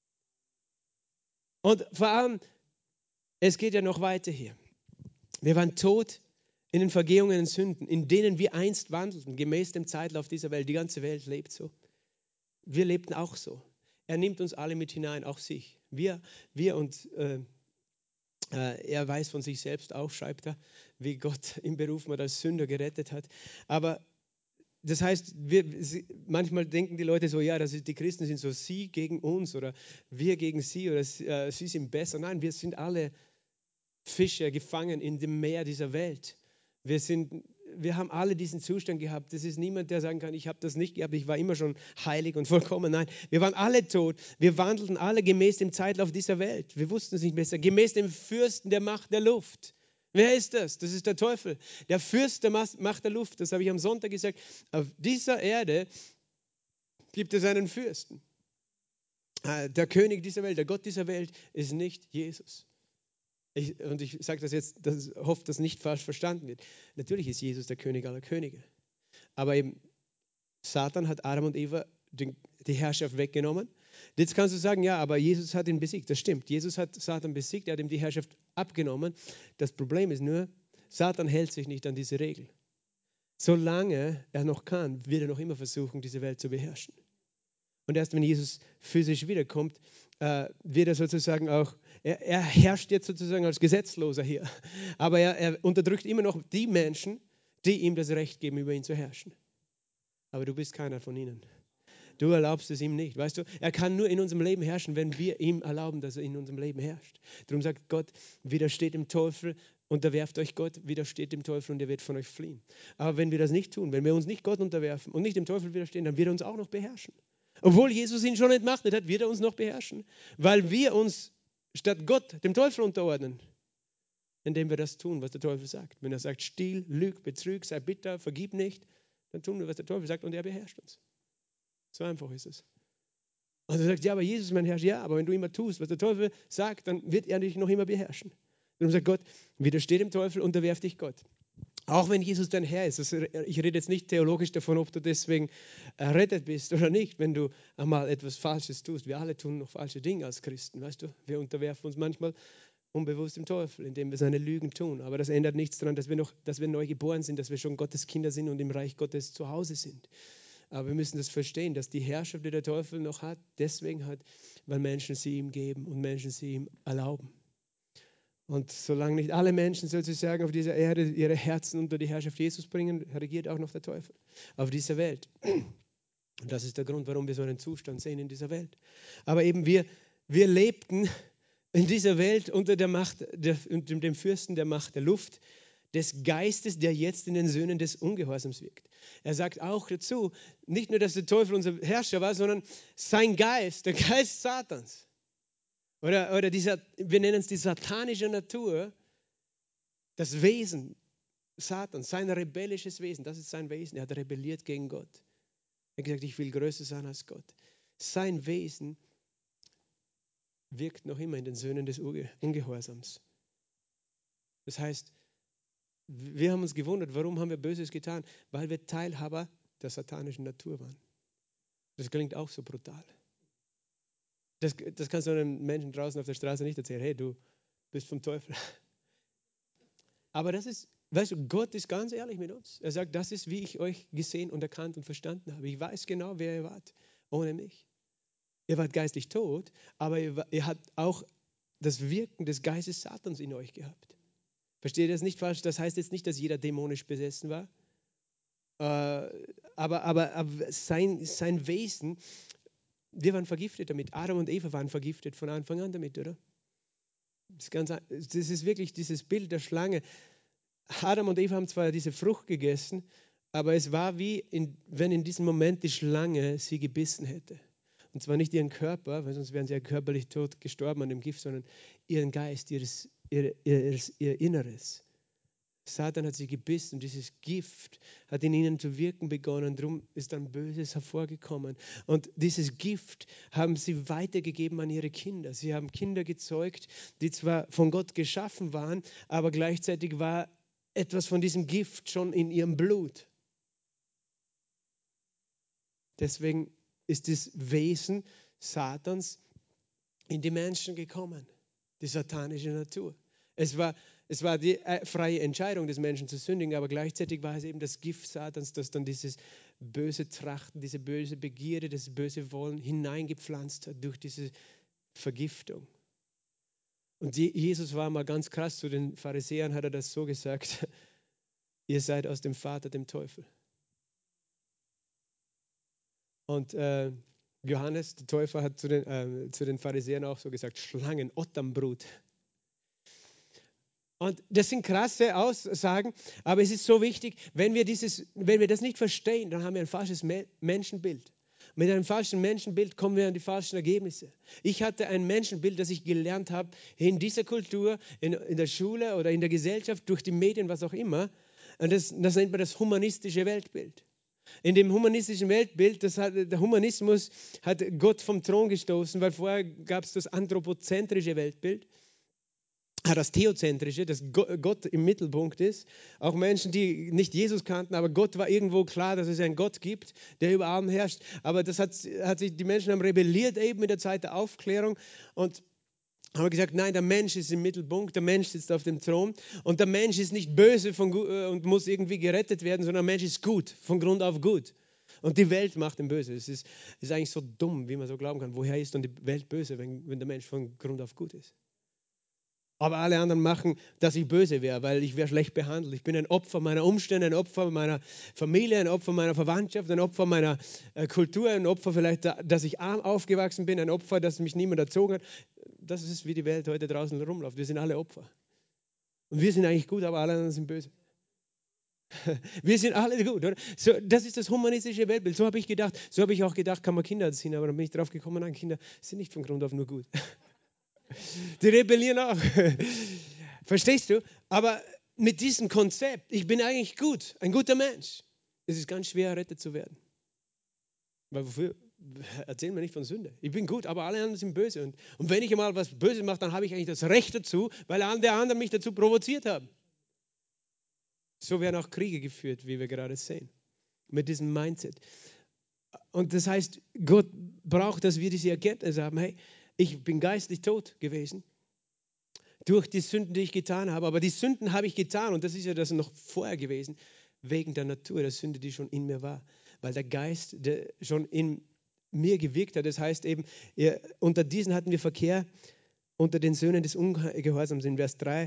Und vor allem, es geht ja noch weiter hier. Wir waren tot in den Vergehungen und Sünden, in denen wir einst wandelten, gemäß dem Zeitlauf dieser Welt. Die ganze Welt lebt so. Wir lebten auch so. Er nimmt uns alle mit hinein, auch sich. Wir und Er weiß von sich selbst auch, schreibt er, wie Gott ihn berufen hat, als Sünder gerettet hat. Aber das heißt, manchmal denken die Leute so, ja, die Christen sind so sie gegen uns oder wir gegen sie oder sie sind besser. Nein, wir sind alle Fische gefangen in dem Meer dieser Welt. Wir haben alle diesen Zustand gehabt. Das ist niemand, der sagen kann, ich habe das nicht gehabt, ich war immer schon heilig und vollkommen. Nein, wir waren alle tot. Wir wandelten alle gemäß dem Zeitlauf dieser Welt. Wir wussten es nicht besser. Gemäß dem Fürsten der Macht der Luft. Wer ist das? Das ist der Teufel. Der Fürst der Macht der Luft. Das habe ich am Sonntag gesagt. Auf dieser Erde gibt es einen Fürsten. Der König dieser Welt, der Gott dieser Welt ist nicht Jesus. Ich sage das jetzt, hoffe, dass nicht falsch verstanden wird. Natürlich ist Jesus der König aller Könige. Aber eben Satan hat Adam und Eva die Herrschaft weggenommen. Jetzt kannst du sagen, ja, aber Jesus hat ihn besiegt. Das stimmt. Jesus hat Satan besiegt, er hat ihm die Herrschaft abgenommen. Das Problem ist nur, Satan hält sich nicht an diese Regel. Solange er noch kann, wird er noch immer versuchen, diese Welt zu beherrschen. Und erst wenn Jesus physisch wiederkommt, wird er sozusagen auch, er herrscht jetzt sozusagen als Gesetzloser hier. Aber er unterdrückt immer noch die Menschen, die ihm das Recht geben, über ihn zu herrschen. Aber du bist keiner von ihnen. Du erlaubst es ihm nicht, weißt du? Er kann nur in unserem Leben herrschen, wenn wir ihm erlauben, dass er in unserem Leben herrscht. Darum sagt Gott, widersteht dem Teufel, unterwerft euch Gott, widersteht dem Teufel und er wird von euch fliehen. Aber wenn wir das nicht tun, wenn wir uns nicht Gott unterwerfen und nicht dem Teufel widerstehen, dann wird er uns auch noch beherrschen. Obwohl Jesus ihn schon entmachtet hat, wird er uns noch beherrschen, weil wir uns statt Gott dem Teufel unterordnen, indem wir das tun, was der Teufel sagt. Wenn er sagt, stiehl, lüg, betrüg, sei bitter, vergib nicht, dann tun wir, was der Teufel sagt und er beherrscht uns. So einfach ist es. Und er sagt, ja, aber Jesus ist mein Herrscher. Ja, aber wenn du immer tust, was der Teufel sagt, dann wird er dich noch immer beherrschen. Darum sagt Gott, widersteh dem Teufel, unterwerf dich Gott. Auch wenn Jesus dein Herr ist. Also ich rede jetzt nicht theologisch davon, ob du deswegen errettet bist oder nicht, wenn du einmal etwas Falsches tust. Wir alle tun noch falsche Dinge als Christen, weißt du. Wir unterwerfen uns manchmal unbewusst dem Teufel, indem wir seine Lügen tun. Aber das ändert nichts daran, dass wir neu geboren sind, dass wir schon Gottes Kinder sind und im Reich Gottes zu Hause sind. Aber wir müssen das verstehen, dass die Herrschaft, die der Teufel noch hat, deswegen hat, weil Menschen sie ihm geben und Menschen sie ihm erlauben. Und solange nicht alle Menschen sozusagen auf dieser Erde ihre Herzen unter die Herrschaft Jesus bringen, regiert auch noch der Teufel auf dieser Welt. Und das ist der Grund, warum wir so einen Zustand sehen in dieser Welt. Aber eben wir lebten in dieser Welt unter der Macht, unter dem Fürsten der Macht der Luft, des Geistes, der jetzt in den Söhnen des Ungehorsams wirkt. Er sagt auch dazu, nicht nur, dass der Teufel unser Herrscher war, sondern sein Geist, der Geist Satans. Oder wir nennen es die satanische Natur, das Wesen Satans, sein rebellisches Wesen, das ist sein Wesen. Er hat rebelliert gegen Gott. Er hat gesagt, ich will größer sein als Gott. Sein Wesen wirkt noch immer in den Söhnen des Ungehorsams. Das heißt, wir haben uns gewundert, warum haben wir Böses getan? Weil wir Teilhaber der satanischen Natur waren. Das klingt auch so brutal. Das kannst du einem Menschen draußen auf der Straße nicht erzählen. Hey, du bist vom Teufel. Aber das ist, weißt du, Gott ist ganz ehrlich mit uns. Er sagt, das ist, wie ich euch gesehen und erkannt und verstanden habe. Ich weiß genau, wer ihr wart, ohne mich. Ihr wart geistlich tot, aber ihr habt auch das Wirken des Geistes Satans in euch gehabt. Versteht ihr das nicht falsch? Das heißt jetzt nicht, dass jeder dämonisch besessen war. Aber sein Wesen, wir waren vergiftet damit. Adam und Eva waren vergiftet von Anfang an damit, oder? Das ist wirklich dieses Bild der Schlange. Adam und Eva haben zwar diese Frucht gegessen, aber es war wie, wenn in diesem Moment die Schlange sie gebissen hätte. Und zwar nicht ihren Körper, weil sonst wären sie ja körperlich tot gestorben an dem Gift, sondern ihren Geist, ihr Inneres. Satan hat sie gebissen und dieses Gift hat in ihnen zu wirken begonnen. Darum ist dann Böses hervorgekommen. Und dieses Gift haben sie weitergegeben an ihre Kinder. Sie haben Kinder gezeugt, die zwar von Gott geschaffen waren, aber gleichzeitig war etwas von diesem Gift schon in ihrem Blut. Deswegen ist das Wesen Satans in die Menschen gekommen, die satanische Natur. Es war die freie Entscheidung des Menschen zu sündigen, aber gleichzeitig war es eben das Gift Satans, das dann dieses böse Trachten, diese böse Begierde, das böse Wollen hineingepflanzt hat durch diese Vergiftung. Und Jesus war mal ganz krass zu den Pharisäern, hat er das so gesagt, ihr seid aus dem Vater, dem Teufel. Und Johannes, der Täufer, hat zu den Pharisäern auch so gesagt, Schlangen, Otternbrut. Und das sind krasse Aussagen, aber es ist so wichtig, wenn wir das nicht verstehen, dann haben wir ein falsches Menschenbild. Mit einem falschen Menschenbild kommen wir an die falschen Ergebnisse. Ich hatte ein Menschenbild, das ich gelernt habe in dieser Kultur, in der Schule oder in der Gesellschaft, durch die Medien, was auch immer. Und das nennt man das humanistische Weltbild. In dem humanistischen Weltbild, der Humanismus hat Gott vom Thron gestoßen, weil vorher gab es das anthropozentrische Weltbild, das theozentrische, dass Gott im Mittelpunkt ist. Auch Menschen, die nicht Jesus kannten, aber Gott war irgendwo klar, dass es einen Gott gibt, der über allem herrscht. Aber die Menschen haben rebelliert eben in der Zeit der Aufklärung und haben gesagt, nein, der Mensch ist im Mittelpunkt, der Mensch sitzt auf dem Thron und der Mensch ist nicht böse und muss irgendwie gerettet werden, sondern der Mensch ist gut, von Grund auf gut. Und die Welt macht ihn böse. Es ist eigentlich so dumm, wie man so glauben kann. Woher ist dann die Welt böse, wenn der Mensch von Grund auf gut ist? Aber alle anderen machen, dass ich böse wäre, weil ich wäre schlecht behandelt. Ich bin ein Opfer meiner Umstände, ein Opfer meiner Familie, ein Opfer meiner Verwandtschaft, ein Opfer meiner Kultur, ein Opfer vielleicht, dass ich arm aufgewachsen bin, ein Opfer, dass mich niemand erzogen hat. Das ist, wie die Welt heute draußen rumläuft. Wir sind alle Opfer. Und wir sind eigentlich gut, aber alle anderen sind böse. Wir sind alle gut, oder? So, das ist das humanistische Weltbild. So habe ich gedacht. So habe ich auch gedacht, kann man Kinder erziehen. Aber dann bin ich drauf gekommen, nein, Kinder sind nicht von Grund auf nur gut. Die rebellieren auch. Verstehst du? Aber mit diesem Konzept, ich bin eigentlich gut, ein guter Mensch, es ist ganz schwer, errettet zu werden. Weil wofür? Erzählen wir nicht von Sünde. Ich bin gut, aber alle anderen sind böse. Und wenn ich einmal was Böses mache, dann habe ich eigentlich das Recht dazu, weil alle anderen mich dazu provoziert haben. So werden auch Kriege geführt, wie wir gerade sehen. Mit diesem Mindset. Und das heißt, Gott braucht, dass wir diese Erkenntnis haben, hey, ich bin geistlich tot gewesen durch die Sünden, die ich getan habe. Aber die Sünden habe ich getan, und das ist ja das noch vorher gewesen, wegen der Natur, der Sünde, die schon in mir war. Weil der Geist, der schon in mir gewirkt hat, das heißt eben, unter diesen hatten wir Verkehr, unter den Söhnen des Ungehorsams in Vers 3,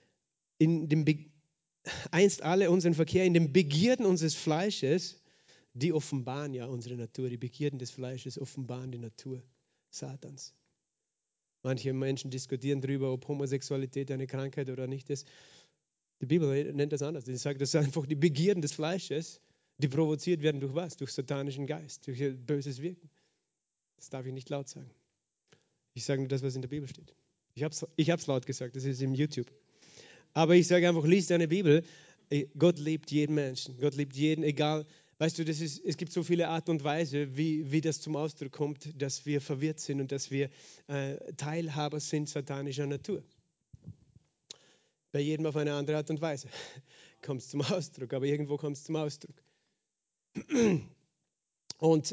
einst alle unseren Verkehr in den Begierden unseres Fleisches, die offenbaren ja unsere Natur, die Begierden des Fleisches offenbaren die Natur Satans. Manche Menschen diskutieren darüber, ob Homosexualität eine Krankheit oder nicht ist. Die Bibel nennt das anders. Sie sagt, das sind einfach die Begierden des Fleisches, die provoziert werden durch was? Durch satanischen Geist, durch böses Wirken. Das darf ich nicht laut sagen. Ich sage nur das, was in der Bibel steht. Ich hab's laut gesagt, das ist im YouTube. Aber ich sage einfach, lies deine Bibel. Gott liebt jeden Menschen. Gott liebt jeden, egal. Weißt du, es gibt so viele Arten und Weise, wie das zum Ausdruck kommt, dass wir verwirrt sind und dass wir Teilhaber sind satanischer Natur. Bei jedem auf eine andere Art und Weise kommt es zum Ausdruck, aber irgendwo kommt es zum Ausdruck. Und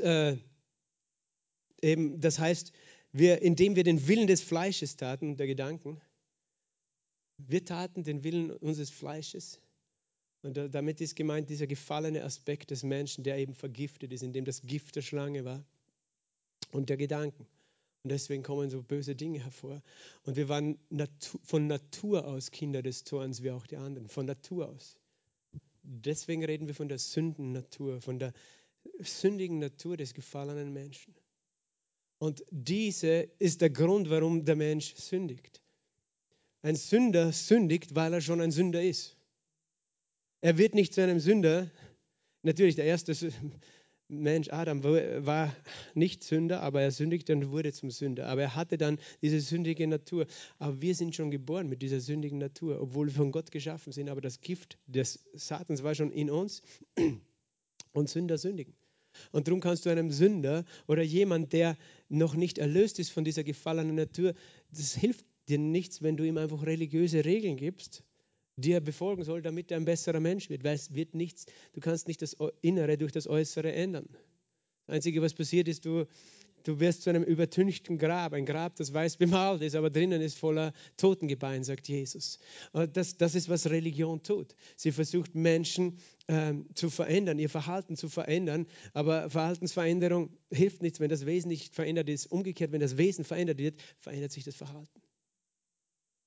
eben, das heißt, indem wir den Willen des Fleisches taten, der Gedanken, wir taten den Willen unseres Fleisches. Und damit ist gemeint dieser gefallene Aspekt des Menschen, der eben vergiftet ist, in dem das Gift der Schlange war und der Gedanken. Und deswegen kommen so böse Dinge hervor. Und wir waren von Natur aus Kinder des Zorns, wie auch die anderen. Von Natur aus. Deswegen reden wir von der Sündennatur, von der sündigen Natur des gefallenen Menschen. Und diese ist der Grund, warum der Mensch sündigt. Ein Sünder sündigt, weil er schon ein Sünder ist. Er wird nicht zu einem Sünder. Natürlich, der erste Mensch, Adam, war nicht Sünder, aber er sündigte und wurde zum Sünder. Aber er hatte dann diese sündige Natur. Aber wir sind schon geboren mit dieser sündigen Natur, obwohl wir von Gott geschaffen sind. Aber das Gift des Satans war schon in uns und Sünder sündigen. Und darum kannst du einem Sünder oder jemand, der noch nicht erlöst ist von dieser gefallenen Natur, das hilft dir nichts, wenn du ihm einfach religiöse Regeln gibst, die er befolgen soll, damit er ein besserer Mensch wird. Weil es wird nichts, du kannst nicht das Innere durch das Äußere ändern. Das Einzige, was passiert ist, du wirst zu einem übertünchten Grab. Ein Grab, das weiß bemalt ist, aber drinnen ist voller Totengebein, sagt Jesus. Und das ist, was Religion tut. Sie versucht, Menschen zu verändern, ihr Verhalten zu verändern. Aber Verhaltensveränderung hilft nichts, wenn das Wesen nicht verändert ist. Umgekehrt, wenn das Wesen verändert wird, verändert sich das Verhalten.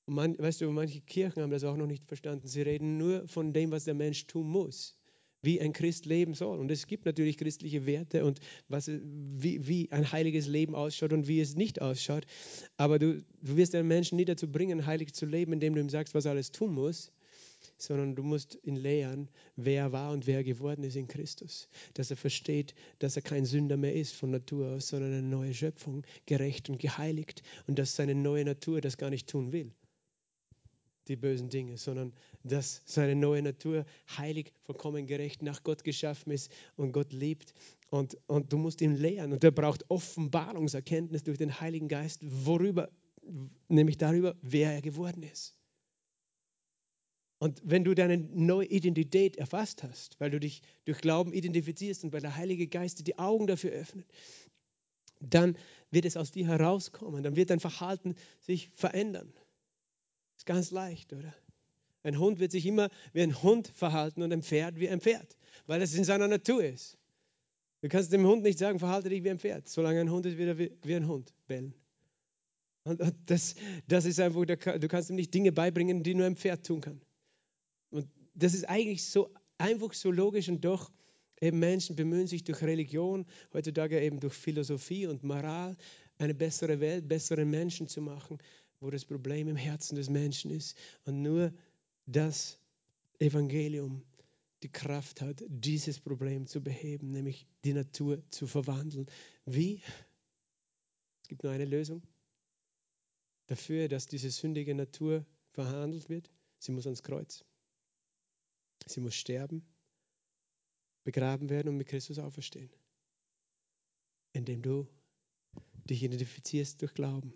Und weißt du, manche Kirchen haben das auch noch nicht verstanden. Sie reden nur von dem, was der Mensch tun muss, wie ein Christ leben soll. Und es gibt natürlich christliche Werte und wie ein heiliges Leben ausschaut und wie es nicht ausschaut. Aber du wirst einen Menschen nie dazu bringen, heilig zu leben, indem du ihm sagst, was er alles tun muss, sondern du musst ihn lehren, wer er war und wer er geworden ist in Christus. Dass er versteht, dass er kein Sünder mehr ist von Natur aus, sondern eine neue Schöpfung, gerecht und geheiligt. Und dass seine neue Natur das gar nicht tun will, die bösen Dinge, sondern dass seine neue Natur heilig, vollkommen gerecht nach Gott geschaffen ist und Gott liebt. Und du musst ihn lehren. Und er braucht Offenbarungserkenntnis durch den Heiligen Geist, worüber, nämlich darüber, wer er geworden ist. Und wenn du deine neue Identität erfasst hast, weil du dich durch Glauben identifizierst und weil der Heilige Geist dir die Augen dafür öffnet, dann wird es aus dir herauskommen. Dann wird dein Verhalten sich verändern. Ist ganz leicht, oder? Ein Hund wird sich immer wie ein Hund verhalten und ein Pferd wie ein Pferd, weil es in seiner Natur ist. Du kannst dem Hund nicht sagen, verhalte dich wie ein Pferd. Solange ein Hund ist, wird er wie ein Hund bellen. Und das ist einfach, du kannst ihm nicht Dinge beibringen, die nur ein Pferd tun kann. Und das ist eigentlich so einfach, so logisch, und doch eben Menschen bemühen sich durch Religion, heutzutage eben durch Philosophie und Moral, eine bessere Welt, bessere Menschen zu machen, wo das Problem im Herzen des Menschen ist. Und nur das Evangelium die Kraft hat, dieses Problem zu beheben, nämlich die Natur zu verwandeln. Wie? Es gibt nur eine Lösung dafür, dass diese sündige Natur verhandelt wird. Sie muss ans Kreuz. Sie muss sterben, begraben werden und mit Christus auferstehen. Indem du dich identifizierst durch Glauben.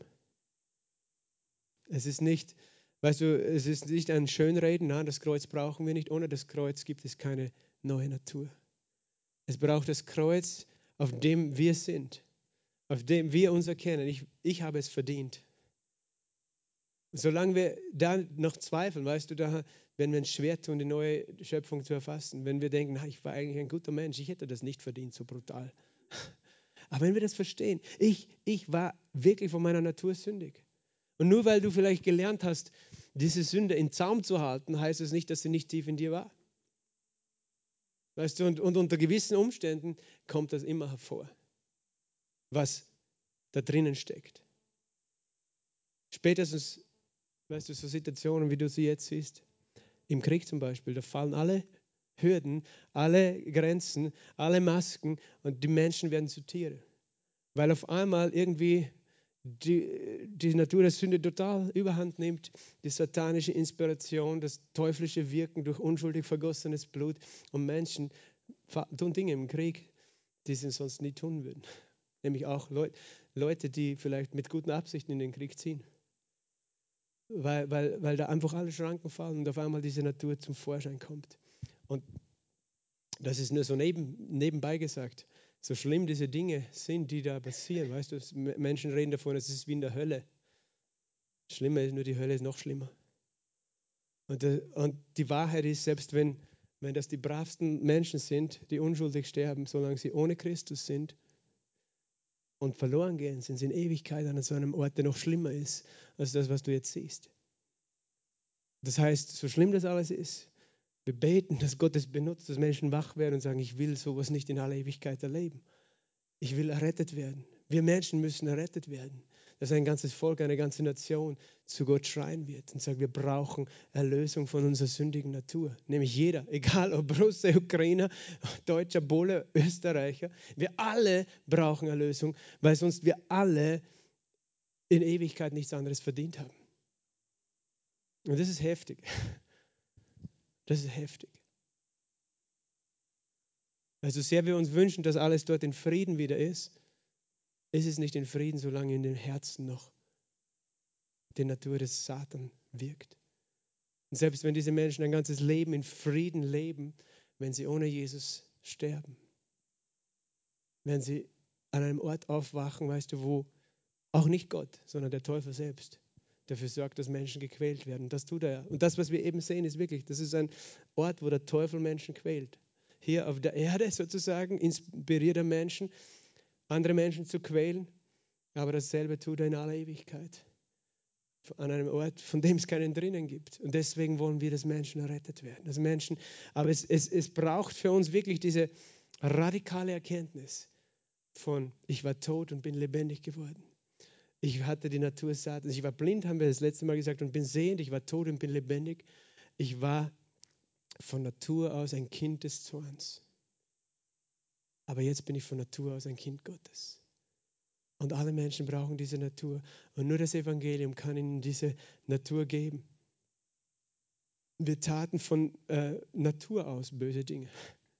Es ist nicht, weißt du, es ist nicht ein Schönreden, nein, das Kreuz brauchen wir nicht. Ohne das Kreuz gibt es keine neue Natur. Es braucht das Kreuz, auf dem wir sind, auf dem wir uns erkennen. Ich habe es verdient. Solange wir da noch zweifeln, weißt du, da werden wir uns schwer tun, die neue Schöpfung zu erfassen. Wenn wir denken, ich war eigentlich ein guter Mensch, ich hätte das nicht verdient, so brutal. Aber wenn wir das verstehen, ich war wirklich von meiner Natur sündig. Und nur weil du vielleicht gelernt hast, diese Sünde in Zaum zu halten, heißt es nicht, dass sie nicht tief in dir war. Weißt du, und unter gewissen Umständen kommt das immer hervor, was da drinnen steckt. Spätestens, weißt du, so Situationen, wie du sie jetzt siehst, im Krieg zum Beispiel, da fallen alle Hürden, alle Grenzen, alle Masken und die Menschen werden zu Tieren. Weil auf einmal irgendwie die Natur der Sünde total überhand nimmt, die satanische Inspiration, das teuflische Wirken durch unschuldig vergossenes Blut, und Menschen tun Dinge im Krieg, die sie sonst nie tun würden. Nämlich auch Leute, die vielleicht mit guten Absichten in den Krieg ziehen. Weil da einfach alle Schranken fallen und auf einmal diese Natur zum Vorschein kommt. Und das ist nur so nebenbei gesagt. So schlimm diese Dinge sind, die da passieren. Weißt du, Menschen reden davon, es ist wie in der Hölle. Schlimmer ist nur, die Hölle ist noch schlimmer. Und die Wahrheit ist, selbst wenn das die bravsten Menschen sind, die unschuldig sterben, solange sie ohne Christus sind und verloren gehen, sind sie in Ewigkeit an so einem Ort, der noch schlimmer ist, als das, was du jetzt siehst. Das heißt, so schlimm das alles ist, wir beten, dass Gott es benutzt, dass Menschen wach werden und sagen, ich will sowas nicht in aller Ewigkeit erleben. Ich will errettet werden. Wir Menschen müssen errettet werden. Dass ein ganzes Volk, eine ganze Nation zu Gott schreien wird und sagt, wir brauchen Erlösung von unserer sündigen Natur. Nämlich jeder, egal ob Russe, Ukrainer, Deutscher, Pole, Österreicher. Wir alle brauchen Erlösung, weil sonst wir alle in Ewigkeit nichts anderes verdient haben. Und das ist heftig. Das ist heftig. Also sehr wir uns wünschen, dass alles dort in Frieden wieder ist, ist es nicht in Frieden, solange in den Herzen noch die Natur des Satan wirkt. Und selbst wenn diese Menschen ein ganzes Leben in Frieden leben, wenn sie ohne Jesus sterben, wenn sie an einem Ort aufwachen, weißt du, wo auch nicht Gott, sondern der Teufel selbst dafür sorgt, dass Menschen gequält werden. Und das tut er. Und das, was wir eben sehen, ist wirklich, das ist ein Ort, wo der Teufel Menschen quält. Hier auf der Erde sozusagen inspiriert er Menschen, andere Menschen zu quälen, aber dasselbe tut er in aller Ewigkeit. an einem Ort, von dem es keinen drinnen gibt. Und deswegen wollen wir, dass Menschen errettet werden. Dass Menschen, aber es braucht für uns wirklich diese radikale Erkenntnis von, ich war tot und bin lebendig geworden. Ich hatte die Natursaat. Ich war blind, haben wir das letzte Mal gesagt, und bin sehend. Ich war tot und bin lebendig. Ich war von Natur aus ein Kind des Zorns. Aber jetzt bin ich von Natur aus ein Kind Gottes. Und alle Menschen brauchen diese Natur. Und nur das Evangelium kann ihnen diese Natur geben. Wir taten von Natur aus böse Dinge.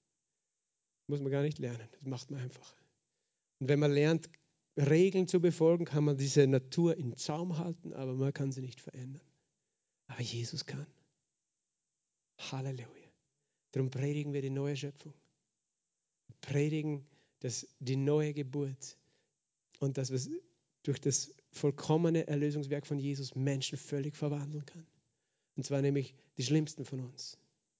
Muss man gar nicht lernen. Das macht man einfach. Und wenn man lernt, Regeln zu befolgen, kann man diese Natur in Zaum halten, aber man kann sie nicht verändern. Aber Jesus kann. Halleluja. Darum predigen wir die neue Schöpfung. Predigen die neue Geburt und dass wir durch das vollkommene Erlösungswerk von Jesus Menschen völlig verwandeln kann. Und zwar nämlich die Schlimmsten von uns.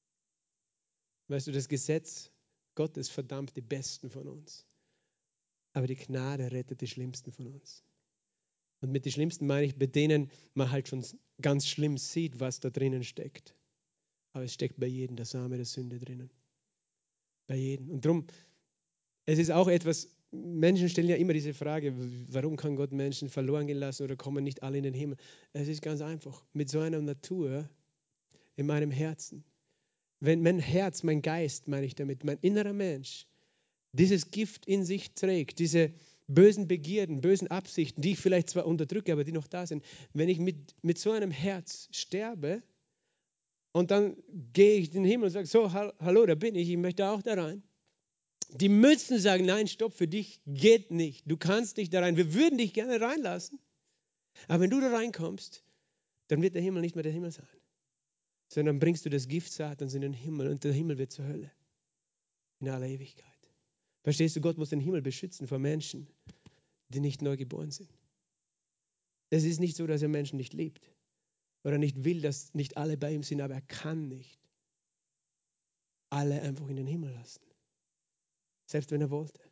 Weißt du, das Gesetz Gottes verdammt die Besten von uns. Aber die Gnade rettet die Schlimmsten von uns. Und mit den Schlimmsten meine ich, bei denen man halt schon ganz schlimm sieht, was da drinnen steckt. Aber es steckt bei jedem der Same der Sünde drinnen. Bei jedem. Und darum, es ist auch etwas, Menschen stellen ja immer diese Frage, warum kann Gott Menschen verloren gehen lassen oder kommen nicht alle in den Himmel? Es ist ganz einfach. Mit so einer Natur in meinem Herzen, wenn mein Herz, mein Geist, meine ich damit, mein innerer Mensch, dieses Gift in sich trägt, diese bösen Begierden, bösen Absichten, die ich vielleicht zwar unterdrücke, aber die noch da sind, wenn ich mit so einem Herz sterbe und dann gehe ich in den Himmel und sage, so, hallo, da bin ich möchte auch da rein. Die müssen sagen, nein, stopp, für dich geht nicht. Du kannst nicht da rein. Wir würden dich gerne reinlassen. Aber wenn du da reinkommst, dann wird der Himmel nicht mehr der Himmel sein. Sondern bringst du das Gift Satans in den Himmel und der Himmel wird zur Hölle. In aller Ewigkeit. Verstehst du, Gott muss den Himmel beschützen vor Menschen, die nicht neu geboren sind. Es ist nicht so, dass er Menschen nicht liebt. Oder nicht will, dass nicht alle bei ihm sind, aber er kann nicht alle einfach in den Himmel lassen. Selbst wenn er wollte.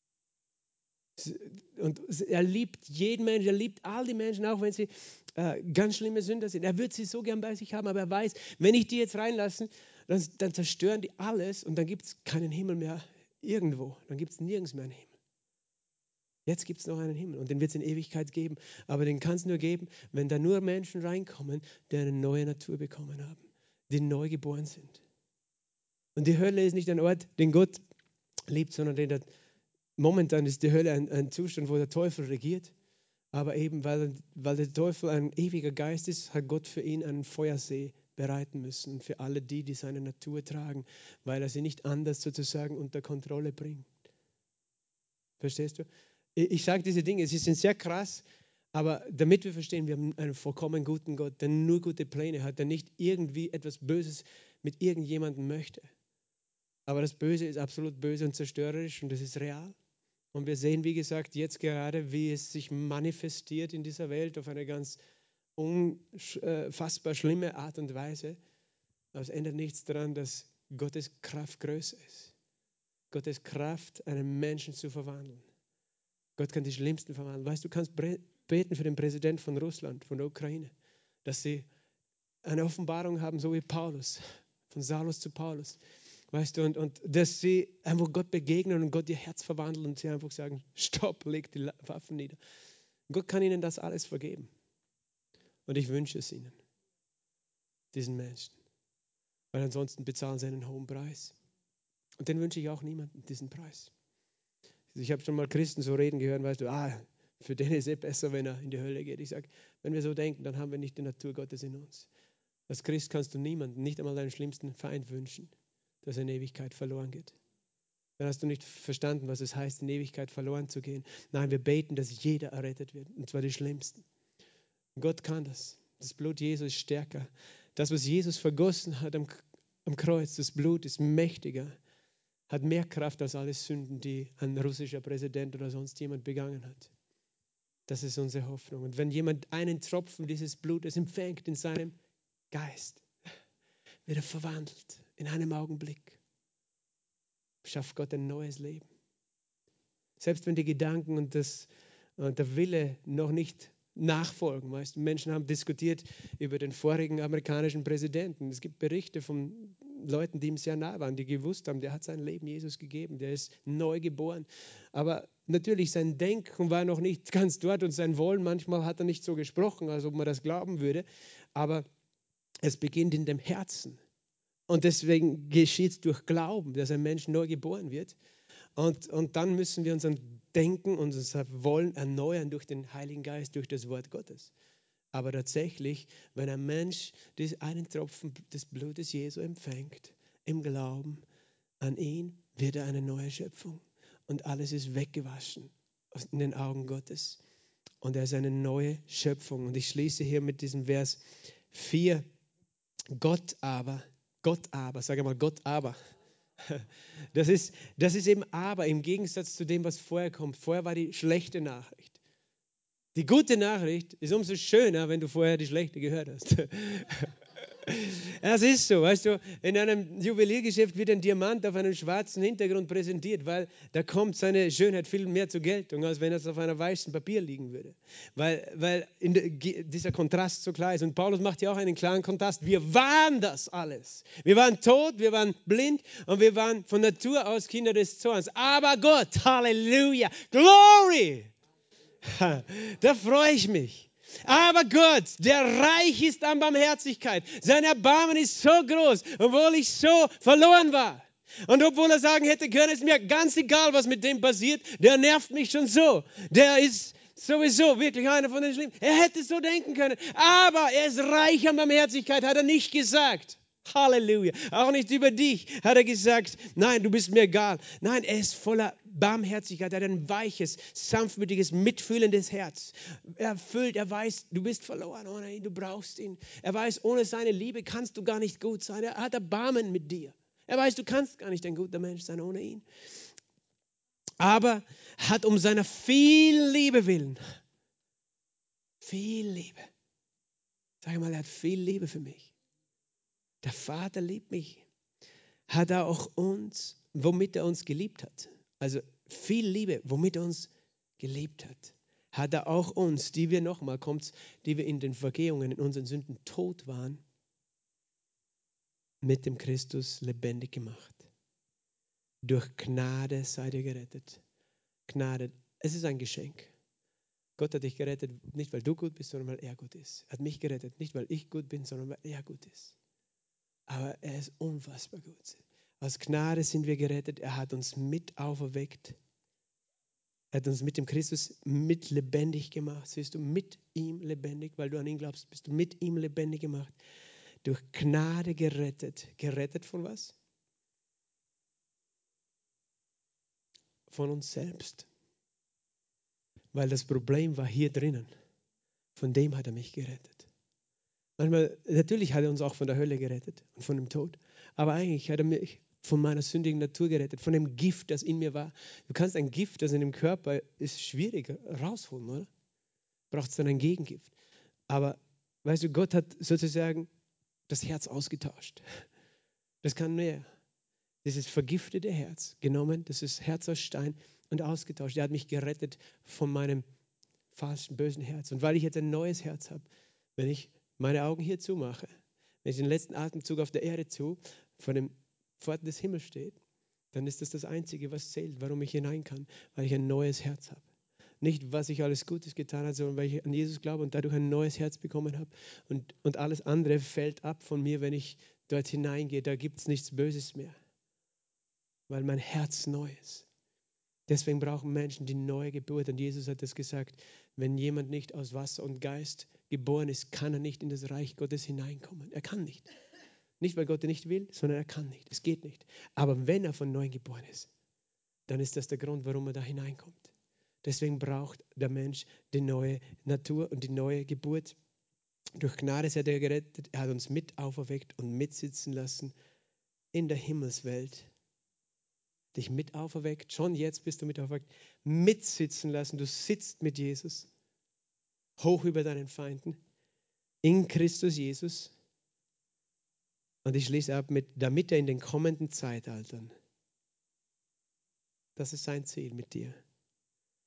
Und er liebt jeden Menschen, er liebt all die Menschen, auch wenn sie ganz schlimme Sünder sind. Er wird sie so gern bei sich haben, aber er weiß, wenn ich die jetzt reinlasse, dann zerstören die alles und dann gibt es keinen Himmel mehr irgendwo. Dann gibt es nirgends mehr einen Himmel. Jetzt gibt es noch einen Himmel und den wird es in Ewigkeit geben. Aber den kann es nur geben, wenn da nur Menschen reinkommen, die eine neue Natur bekommen haben, die neu geboren sind. Und die Hölle ist nicht ein Ort, den Gott liebt, sondern momentan ist die Hölle ein Zustand, wo der Teufel regiert. Aber eben, weil der Teufel ein ewiger Geist ist, hat Gott für ihn einen Feuersee bereiten müssen. Für alle die seine Natur tragen, weil er sie nicht anders sozusagen unter Kontrolle bringt. Verstehst du? Ich sage diese Dinge, sie sind sehr krass, aber damit wir verstehen, wir haben einen vollkommen guten Gott, der nur gute Pläne hat, der nicht irgendwie etwas Böses mit irgendjemandem möchte. Aber das Böse ist absolut böse und zerstörerisch und das ist real. Und wir sehen, wie gesagt, jetzt gerade, wie es sich manifestiert in dieser Welt auf eine ganz unfassbar schlimme Art und Weise. Aber es ändert nichts daran, dass Gottes Kraft größer ist. Gottes Kraft, einen Menschen zu verwandeln. Gott kann die Schlimmsten verwandeln. Weißt du, kannst beten für den Präsidenten von Russland, von der Ukraine, dass sie eine Offenbarung haben, so wie Paulus, von Saulus zu Paulus. Weißt du, und dass sie einfach Gott begegnen und Gott ihr Herz verwandeln und sie einfach sagen, stopp, leg die Waffen nieder. Gott kann ihnen das alles vergeben. Und ich wünsche es ihnen, diesen Menschen. Weil ansonsten bezahlen sie einen hohen Preis. Und den wünsche ich auch niemandem, diesen Preis. Ich habe schon mal Christen so reden gehört, weißt du, für den ist es besser, wenn er in die Hölle geht. Ich sage, wenn wir so denken, dann haben wir nicht die Natur Gottes in uns. Als Christ kannst du niemanden, nicht einmal deinen schlimmsten Feind wünschen, dass er in Ewigkeit verloren geht. Dann hast du nicht verstanden, was es heißt, in Ewigkeit verloren zu gehen. Nein, wir beten, dass jeder errettet wird, und zwar die Schlimmsten. Gott kann das. Das Blut Jesu ist stärker. Das, was Jesus vergossen hat am Kreuz, das Blut ist mächtiger, hat mehr Kraft als alle Sünden, die ein russischer Präsident oder sonst jemand begangen hat. Das ist unsere Hoffnung. Und wenn jemand einen Tropfen dieses Blutes empfängt in seinem Geist, wird er verwandelt in einem Augenblick. Schafft Gott ein neues Leben. Selbst wenn die Gedanken und der Wille noch nicht nachfolgen. Weißt? Menschen haben diskutiert über den vorigen amerikanischen Präsidenten. Es gibt Berichte von Leuten, die ihm sehr nah waren, die gewusst haben, der hat sein Leben Jesus gegeben, der ist neu geboren. Aber natürlich, sein Denken war noch nicht ganz dort und sein Wollen, manchmal hat er nicht so gesprochen, als ob man das glauben würde. Aber es beginnt in dem Herzen. Und deswegen geschieht es durch Glauben, dass ein Mensch neu geboren wird. Und dann müssen wir unser Denken und unser Wollen erneuern durch den Heiligen Geist, durch das Wort Gottes. Aber tatsächlich, wenn ein Mensch einen Tropfen des Blutes Jesu empfängt, im Glauben an ihn, wird er eine neue Schöpfung. Und alles ist weggewaschen in den Augen Gottes. Und er ist eine neue Schöpfung. Und ich schließe hier mit diesem Vers 4. Gott aber, sage mal Gott aber. Das ist eben aber im Gegensatz zu dem, was vorher kommt. Vorher war die schlechte Nachricht. Die gute Nachricht ist umso schöner, wenn du vorher die schlechte gehört hast. Das ist so, weißt du, in einem Juweliergeschäft wird ein Diamant auf einem schwarzen Hintergrund präsentiert, weil da kommt seine Schönheit viel mehr zur Geltung, als wenn es auf einem weißen Papier liegen würde. Weil dieser Kontrast so klar ist. Und Paulus macht ja auch einen klaren Kontrast. Wir waren das alles. Wir waren tot, wir waren blind und wir waren von Natur aus Kinder des Zorns. Aber Gott, Halleluja, Glory, da freue ich mich. Aber Gott, der reich ist an Barmherzigkeit, sein Erbarmen ist so groß, obwohl ich so verloren war. Und obwohl er sagen hätte können, es ist mir ganz egal, was mit dem passiert, der nervt mich schon so. Der ist sowieso wirklich einer von den Schlimmen. Er hätte so denken können, aber er ist reich an Barmherzigkeit, hat er nicht gesagt. Halleluja. Auch nicht über dich hat er gesagt, nein, du bist mir egal. Nein, er ist voller Barmherzigkeit, er hat ein weiches, sanftmütiges, mitfühlendes Herz. Er fühlt, er weiß, du bist verloren ohne ihn, du brauchst ihn. Er weiß, ohne seine Liebe kannst du gar nicht gut sein. Er hat Erbarmen mit dir. Er weiß, du kannst gar nicht ein guter Mensch sein ohne ihn. Aber hat um seiner vielen Liebe willen, viel Liebe. Sag mal, er hat viel Liebe für mich. Der Vater liebt mich. Hat er auch uns, womit er uns geliebt hat. Also viel Liebe, womit er uns geliebt hat. Hat er auch uns, die wir nochmal, kommt's, die wir in den Vergehungen, in unseren Sünden tot waren, mit dem Christus lebendig gemacht. Durch Gnade seid ihr gerettet. Gnade, es ist ein Geschenk. Gott hat dich gerettet, nicht weil du gut bist, sondern weil er gut ist. Er hat mich gerettet, nicht weil ich gut bin, sondern weil er gut ist. Aber er ist unfassbar gut. Aus Gnade sind wir gerettet. Er hat uns mit auferweckt. Er hat uns mit dem Christus mit lebendig gemacht. Siehst du, mit ihm lebendig, weil du an ihn glaubst, bist du mit ihm lebendig gemacht. Durch Gnade gerettet. Gerettet von was? Von uns selbst. Weil das Problem war hier drinnen. Von dem hat er mich gerettet. Manchmal, natürlich hat er uns auch von der Hölle gerettet und von dem Tod. Aber eigentlich hat er mich von meiner sündigen Natur gerettet, von dem Gift, das in mir war. Du kannst ein Gift, das in dem Körper ist, schwierig rausholen, oder? Braucht es dann ein Gegengift. Aber weißt du, Gott hat sozusagen das Herz ausgetauscht. Das kann mehr. Dieses vergiftete Herz genommen, das ist Herz aus Stein und ausgetauscht. Er hat mich gerettet von meinem falschen, bösen Herz. Und weil ich jetzt ein neues Herz habe, wenn ich meine Augen hier zumache, wenn ich den letzten Atemzug auf der Erde vor den Pforten des Himmels steht, dann ist das Einzige, was zählt, warum ich hinein kann, weil ich ein neues Herz habe. Nicht, was ich alles Gutes getan habe, sondern weil ich an Jesus glaube und dadurch ein neues Herz bekommen habe. Und alles andere fällt ab von mir, wenn ich dort hineingehe. Da gibt es nichts Böses mehr, weil mein Herz neu ist. Deswegen brauchen Menschen die neue Geburt. Und Jesus hat das gesagt, wenn jemand nicht aus Wasser und Geist geboren ist, kann er nicht in das Reich Gottes hineinkommen. Er kann nicht. Nicht, weil Gott nicht will, sondern er kann nicht. Es geht nicht. Aber wenn er von neu geboren ist, dann ist das der Grund, warum er da hineinkommt. Deswegen braucht der Mensch die neue Natur und die neue Geburt. Durch Gnade ist er gerettet. Er hat uns mit auferweckt und mitsitzen lassen in der Himmelswelt. Dich mit auferweckt, schon jetzt bist du mit auferweckt, mitsitzen lassen. Du sitzt mit Jesus, hoch über deinen Feinden, in Christus Jesus. Und ich schließe ab mit, damit er in den kommenden Zeitaltern, das ist sein Ziel mit dir,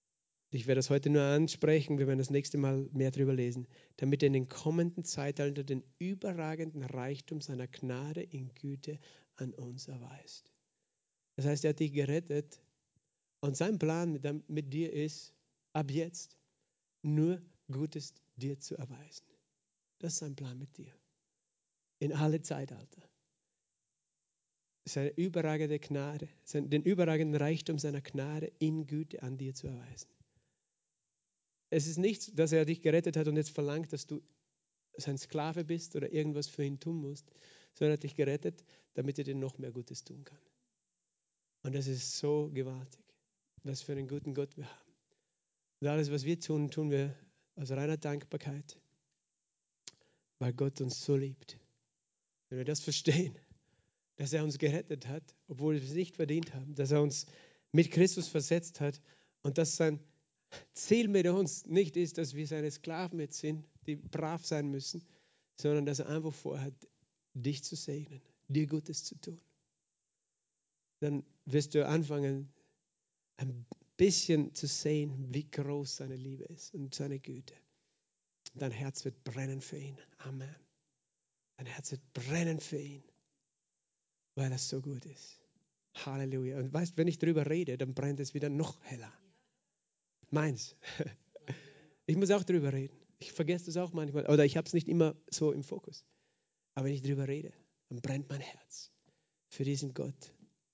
Ich werde das heute nur ansprechen, wir werden das nächste Mal mehr darüber lesen, damit er in den kommenden Zeitaltern den überragenden Reichtum seiner Gnade in Güte an uns erweist. Das heißt, er hat dich gerettet und sein Plan mit dir ist, ab jetzt nur Gutes dir zu erweisen. Das ist sein Plan mit dir. In alle Zeitalter. Seine überragende Gnade, den überragenden Reichtum seiner Gnade in Güte an dir zu erweisen. Es ist nicht, dass er dich gerettet hat und jetzt verlangt, dass du sein Sklave bist oder irgendwas für ihn tun musst, sondern er hat dich gerettet, damit er dir noch mehr Gutes tun kann. Und das ist so gewaltig, was für einen guten Gott wir haben. Und alles, was wir tun, tun wir aus reiner Dankbarkeit, weil Gott uns so liebt. Wenn wir das verstehen, dass er uns gerettet hat, obwohl wir es nicht verdient haben, dass er uns mit Christus versetzt hat und dass sein Ziel mit uns nicht ist, dass wir seine Sklaven jetzt sind, die brav sein müssen, sondern dass er einfach vorhat, dich zu segnen, dir Gutes zu tun. Dann wirst du anfangen, ein bisschen zu sehen, wie groß seine Liebe ist und seine Güte. Dein Herz wird brennen für ihn. Amen. Dein Herz wird brennen für ihn, weil er so gut ist. Halleluja. Und weißt, wenn ich darüber rede, dann brennt es wieder noch heller. Meins. Ich muss auch darüber reden. Ich vergesse das auch manchmal. Oder ich habe es nicht immer so im Fokus. Aber wenn ich darüber rede, dann brennt mein Herz für diesen Gott.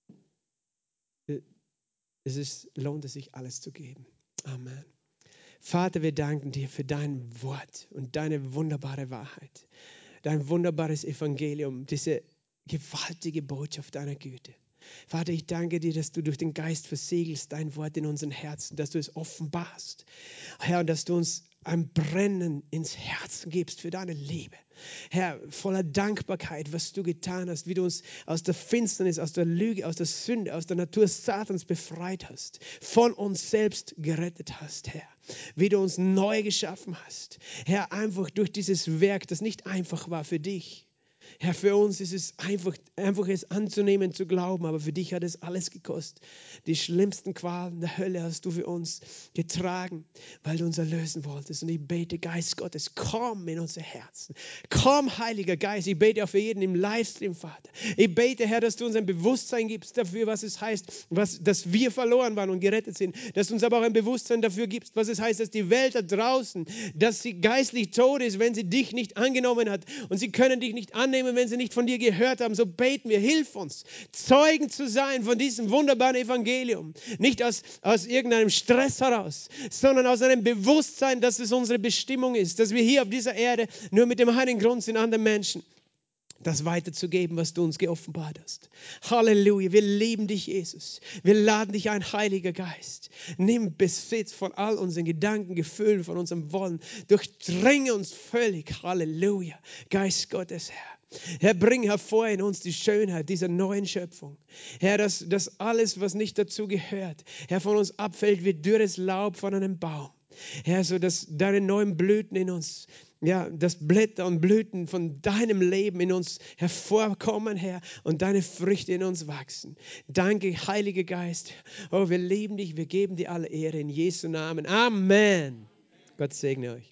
Lohnt es sich, alles zu geben. Amen. Vater, wir danken dir für dein Wort und deine wunderbare Wahrheit. Dein wunderbares Evangelium, diese gewaltige Botschaft deiner Güte. Vater, ich danke dir, dass du durch den Geist versiegelst dein Wort in unseren Herzen, dass du es offenbarst. Herr, und dass du uns ein Brennen ins Herzen gibst für deine Liebe. Herr, voller Dankbarkeit, was du getan hast, wie du uns aus der Finsternis, aus der Lüge, aus der Sünde, aus der Natur Satans befreit hast, von uns selbst gerettet hast, Herr. Wie du uns neu geschaffen hast. Herr, einfach durch dieses Werk, das nicht einfach war für dich. Herr, für uns ist es einfach es anzunehmen, zu glauben, aber für dich hat es alles gekostet. Die schlimmsten Qualen der Hölle hast du für uns getragen, weil du uns erlösen wolltest. Und ich bete, Geist Gottes, komm in unser Herzen. Komm, Heiliger Geist. Ich bete auch für jeden im Livestream, Vater. Ich bete, Herr, dass du uns ein Bewusstsein gibst dafür, was es heißt, dass wir verloren waren und gerettet sind. Dass du uns aber auch ein Bewusstsein dafür gibst, was es heißt, dass die Welt da draußen, dass sie geistlich tot ist, wenn sie dich nicht angenommen hat. Und sie können dich nicht annehmen, wenn sie nicht von dir gehört haben. So beten wir, hilf uns, Zeugen zu sein von diesem wunderbaren Evangelium. Nicht aus irgendeinem Stress heraus, sondern aus einem Bewusstsein, dass es unsere Bestimmung ist, dass wir hier auf dieser Erde nur mit dem einen Grund sind, anderen Menschen das weiterzugeben, was du uns geoffenbart hast. Halleluja, wir lieben dich, Jesus. Wir laden dich ein, Heiliger Geist. Nimm Besitz von all unseren Gedanken, Gefühlen, von unserem Wollen. Durchdringe uns völlig. Halleluja, Geist Gottes, Herr. Herr, bring hervor in uns die Schönheit dieser neuen Schöpfung. Herr, dass alles, was nicht dazu gehört, Herr, von uns abfällt wie dürres Laub von einem Baum. Herr, so dass deine neuen Blüten in uns, ja, dass Blätter und Blüten von deinem Leben in uns hervorkommen, Herr, und deine Früchte in uns wachsen. Danke, Heiliger Geist. Oh, wir lieben dich, wir geben dir alle Ehre in Jesu Namen. Amen. Gott segne euch.